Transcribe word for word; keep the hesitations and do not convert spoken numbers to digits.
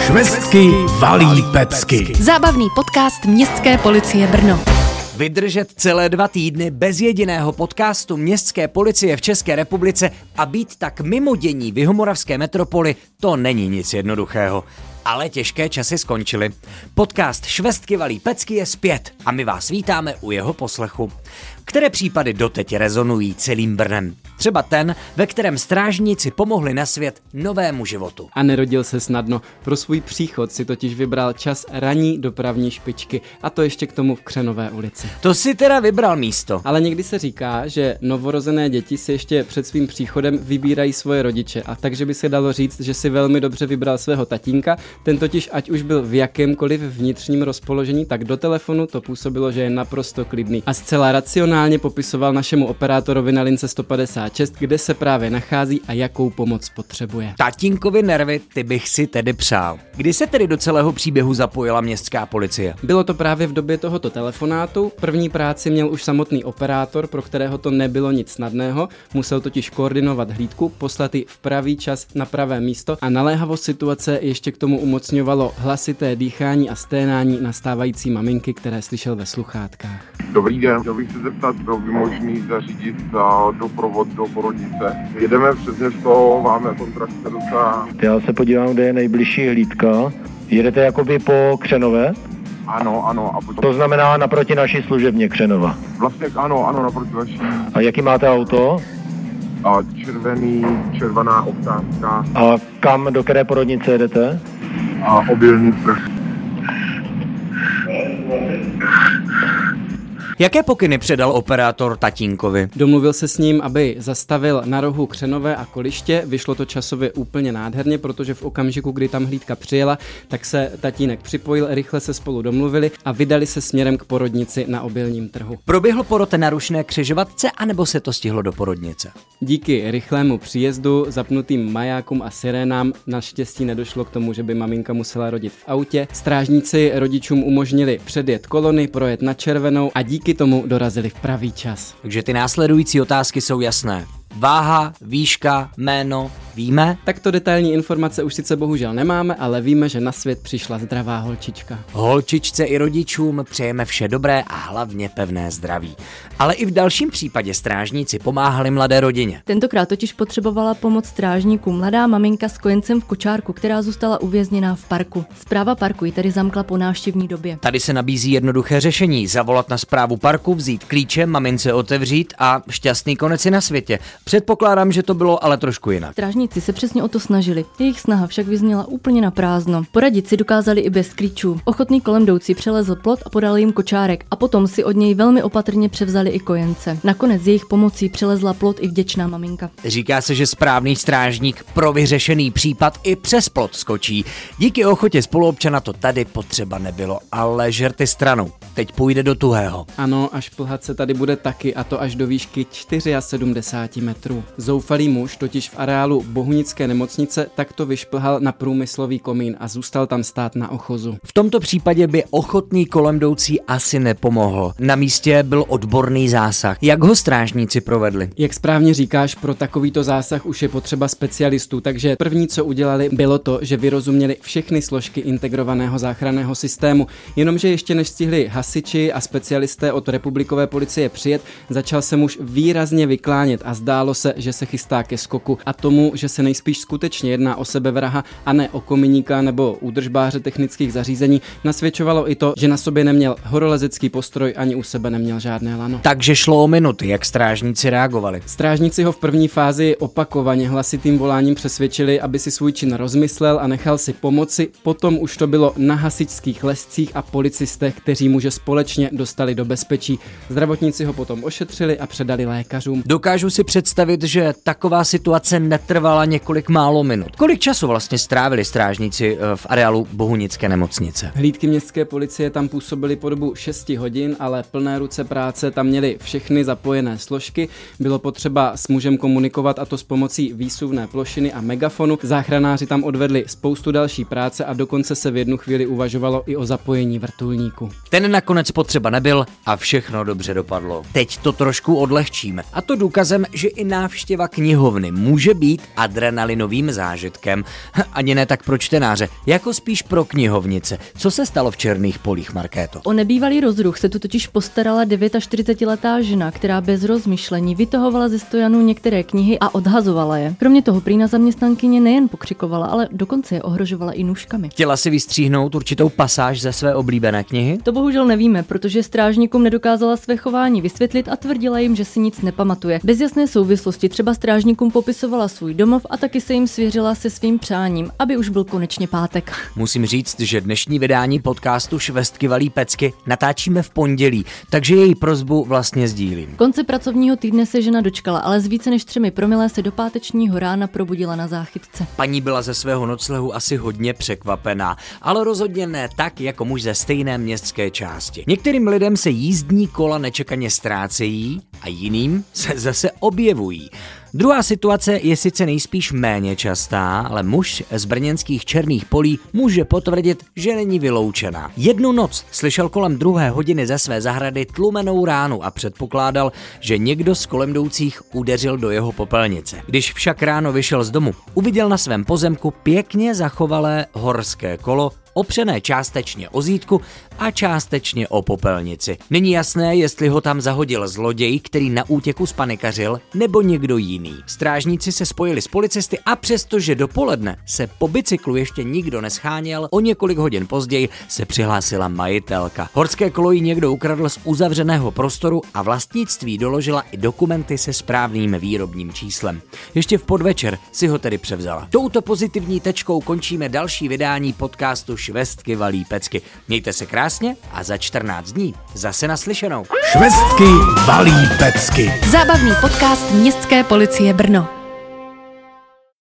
Švestky valí pecky. Zábavný podcast Městské policie Brno. Vydržet celé dva týdny bez jediného podcastu Městské policie v České republice a být tak mimo dění v jihomoravské metropoli, to není nic jednoduchého. Ale těžké časy skončily. Podcast Švestky valí pecky je zpět a my vás vítáme u jeho poslechu. Které případy doteď rezonují celým Brnem? Třeba ten, ve kterém strážníci pomohli na svět novému životu. A nerodil se snadno. Pro svůj příchod si totiž vybral čas ranní dopravní špičky, a to ještě k tomu v Křenové ulici. To si teda vybral místo. Ale někdy se říká, že novorozené děti si ještě před svým příchodem vybírají svoje rodiče, a takže by se dalo říct, že si velmi dobře vybral svého tatínka. Ten totiž, ať už byl v jakémkoliv vnitřním rozpoložení, tak do telefonu to působilo, že je naprosto klidný. A zcela racionálně popisoval našemu operátorovi na lince sto padesát šest, kde se právě nachází a jakou pomoc potřebuje. Tatínkovi nervy, ty bych si tedy přál. Kdy se tedy do celého příběhu zapojila městská policie? Bylo to právě v době tohoto telefonátu. První práci měl už samotný operátor, pro kterého to nebylo nic snadného. Musel totiž koordinovat hlídku, poslat ji v pravý čas na pravé místo a naléhavost situace ještě k tomu umocňovalo hlasité dýchání a sténání nastávající maminky, které slyšel ve sluchátkách. Dobrý den, chtěl bych se zeptat, bylo by možný zařídit uh, doprovod do porodnice. Jedeme přes město, máme kontrakt docela. Já se podívám, kde je nejbližší hlídka. Jedete jakoby po Křenové? Ano, ano. A potom... To znamená naproti naší služebně Křenova. Vlastně ano, ano, naproti vaší. A jaký máte auto? A červený, červená oktávka. A kam, do které porodnice jedete? A obilný trh. Jaké pokyny předal operátor tatínkovi? Domluvil se s ním, aby zastavil na rohu Křenové a Koliště. Vyšlo to časově úplně nádherně, protože v okamžiku, kdy tam hlídka přijela, tak se tatínek připojil, rychle se spolu domluvili a vydali se směrem k porodnici na obilním trhu. Proběhl porod na rušné křižovatce, anebo se to stihlo do porodnice? Díky rychlému příjezdu, zapnutým majákům a sirénám naštěstí nedošlo k tomu, že by maminka musela rodit v autě. Strážníci rodičům umožnili předjet kolony, projet na červenou a díky tomu dorazili v pravý čas. Takže ty následující otázky jsou jasné. Váha, výška, jméno, víme? Takto detailní informace už sice bohužel nemáme, ale víme, že na svět přišla zdravá holčička. Holčičce i rodičům přejeme vše dobré a hlavně pevné zdraví. Ale i v dalším případě strážníci pomáhali mladé rodině. Tentokrát totiž potřebovala pomoc strážníků mladá maminka s kojencem v kočárku, která zůstala uvězněná v parku. Správa parku ji tedy zamkla po návštěvní době. Tady se nabízí jednoduché řešení. Zavolat na správu parku, vzít klíče, mamince otevřít a šťastný konec je na světě. Předpokládám, že to bylo ale trošku jinak. Strážníci se přesně o to snažili. Jejich snaha však vyzněla úplně na prázdno. Poradit si dokázali i bez klíčů. Ochotný kolem jdoucí přelezl plot a podal jim kočárek a potom si od něj velmi opatrně převzali i kojence. Nakonec z jejich pomocí přelezla plot i vděčná maminka. Říká se, že správný strážník pro vyřešený případ i přes plot skočí. Díky ochotě spoluobčana to tady potřeba nebylo, ale žerty stranou. Teď půjde do tuhého. Ano, až plhat se tady bude taky, a to až do výšky sedmdesát čtyři metrů. Zoufalý muž totiž v areálu Bohunické nemocnice takto vyšplhal na průmyslový komín a zůstal tam stát na ochozu. V tomto případě by ochotný kolem jdoucí asi nepomohl. Na místě byl odborný zásah. Jak ho strážníci provedli? Jak správně říkáš, pro takovýto zásah už je potřeba specialistů, takže první, co udělali, bylo to, že vyrozuměli všechny složky integrovaného záchranného systému. Jenomže ještě než stihli hasiči a specialisté od republikové policie přijet, začal se muž výrazně vyklánět a zdálo se, že se chystá ke skoku, a tomu, že se nejspíš skutečně jedná o sebevraha a ne o kominíka nebo údržbáře technických zařízení, nasvědčovalo i to, že na sobě neměl horolezecký postroj ani u sebe neměl žádné lano. Takže šlo o minuty, jak strážníci reagovali. Strážníci ho v první fázi opakovaně hlasitým voláním přesvědčili, aby si svůj čin rozmyslel a nechal si pomoci. Potom už to bylo na hasičských lescích a policistech, kteří muže společně dostali do bezpečí. Zdravotníci ho potom ošetřili a předali lékařům. Dokážu si představit, že taková situace netrvala několik málo minut. Kolik času vlastně strávili strážníci v areálu Bohunické nemocnice? Hlídky městské policie tam působily po dobu šesti hodin, ale plné ruce práce tam měly všechny zapojené složky. Bylo potřeba s mužem komunikovat, a to s pomocí výsuvné plošiny a megafonu. Záchranáři tam odvedli spoustu další práce a dokonce se v jednu chvíli uvažovalo i o zapojení vrtulníku. Ten na nakonec potřeba nebyl a všechno dobře dopadlo. Teď to trošku odlehčím. A to důkazem, že i návštěva knihovny může být adrenalinovým zážitkem. Ani ne tak pro čtenáře, jako spíš pro knihovnice. Co se stalo v Černých polích, Markéto? O nebývalý rozruch se tu totiž postarala čtyřicetidevětiletá žena, která bez rozmyšlení vytahovala ze stojanů některé knihy a odhazovala je. Kromě toho prý na zaměstnankyně nejen pokřikovala, ale dokonce je ohrožovala i nůžkami. Chtěla si vystříhnout určitou pasáž ze své oblíbené knihy? To bohužel nevíme, protože strážníkům nedokázala své chování vysvětlit a tvrdila jim, že si nic nepamatuje. Bez jasné souvislosti třeba strážníkům popisovala svůj domov a taky se jim svěřila se svým přáním, aby už byl konečně pátek. Musím říct, že dnešní vydání podcastu Švestky valí pecky natáčíme v pondělí, takže její prosbu vlastně sdílím. Konce pracovního týdne se žena dočkala, ale z více než třemi promile se do pátečního rána probudila na záchytce. Paní byla ze svého noclehu asi hodně překvapená, ale rozhodně ne tak, jako muž ze stejné městské části. Některým lidem se jízdní kola nečekaně ztrácejí a jiným se zase objevují. Druhá situace je sice nejspíš méně častá, ale muž z brněnských Černých polí může potvrdit, že není vyloučená. Jednu noc slyšel kolem druhé hodiny ze své zahrady tlumenou ránu a předpokládal, že někdo z kolem jdoucích udeřil do jeho popelnice. Když však ráno vyšel z domu, uviděl na svém pozemku pěkně zachovalé horské kolo, opřené částečně o zítku a částečně o popelnici. Není jasné, jestli ho tam zahodil zloděj, který na útěku spanikařil, nebo někdo jiný. Strážníci se spojili s policisty a přestože dopoledne se po bicyklu ještě nikdo nescháněl, o několik hodin později se přihlásila majitelka. Horské kolo jí někdo ukradl z uzavřeného prostoru a vlastnictví doložila i dokumenty se správným výrobním číslem. Ještě v podvečer si ho tedy převzala. Touto pozitivní tečkou končíme další vydání podcastu Švestky valí pecky. Mějte se krásně a za čtrnáct dní zase naslyšenou. Švestky valí pecky. Zábavný podcast Městské policie Brno.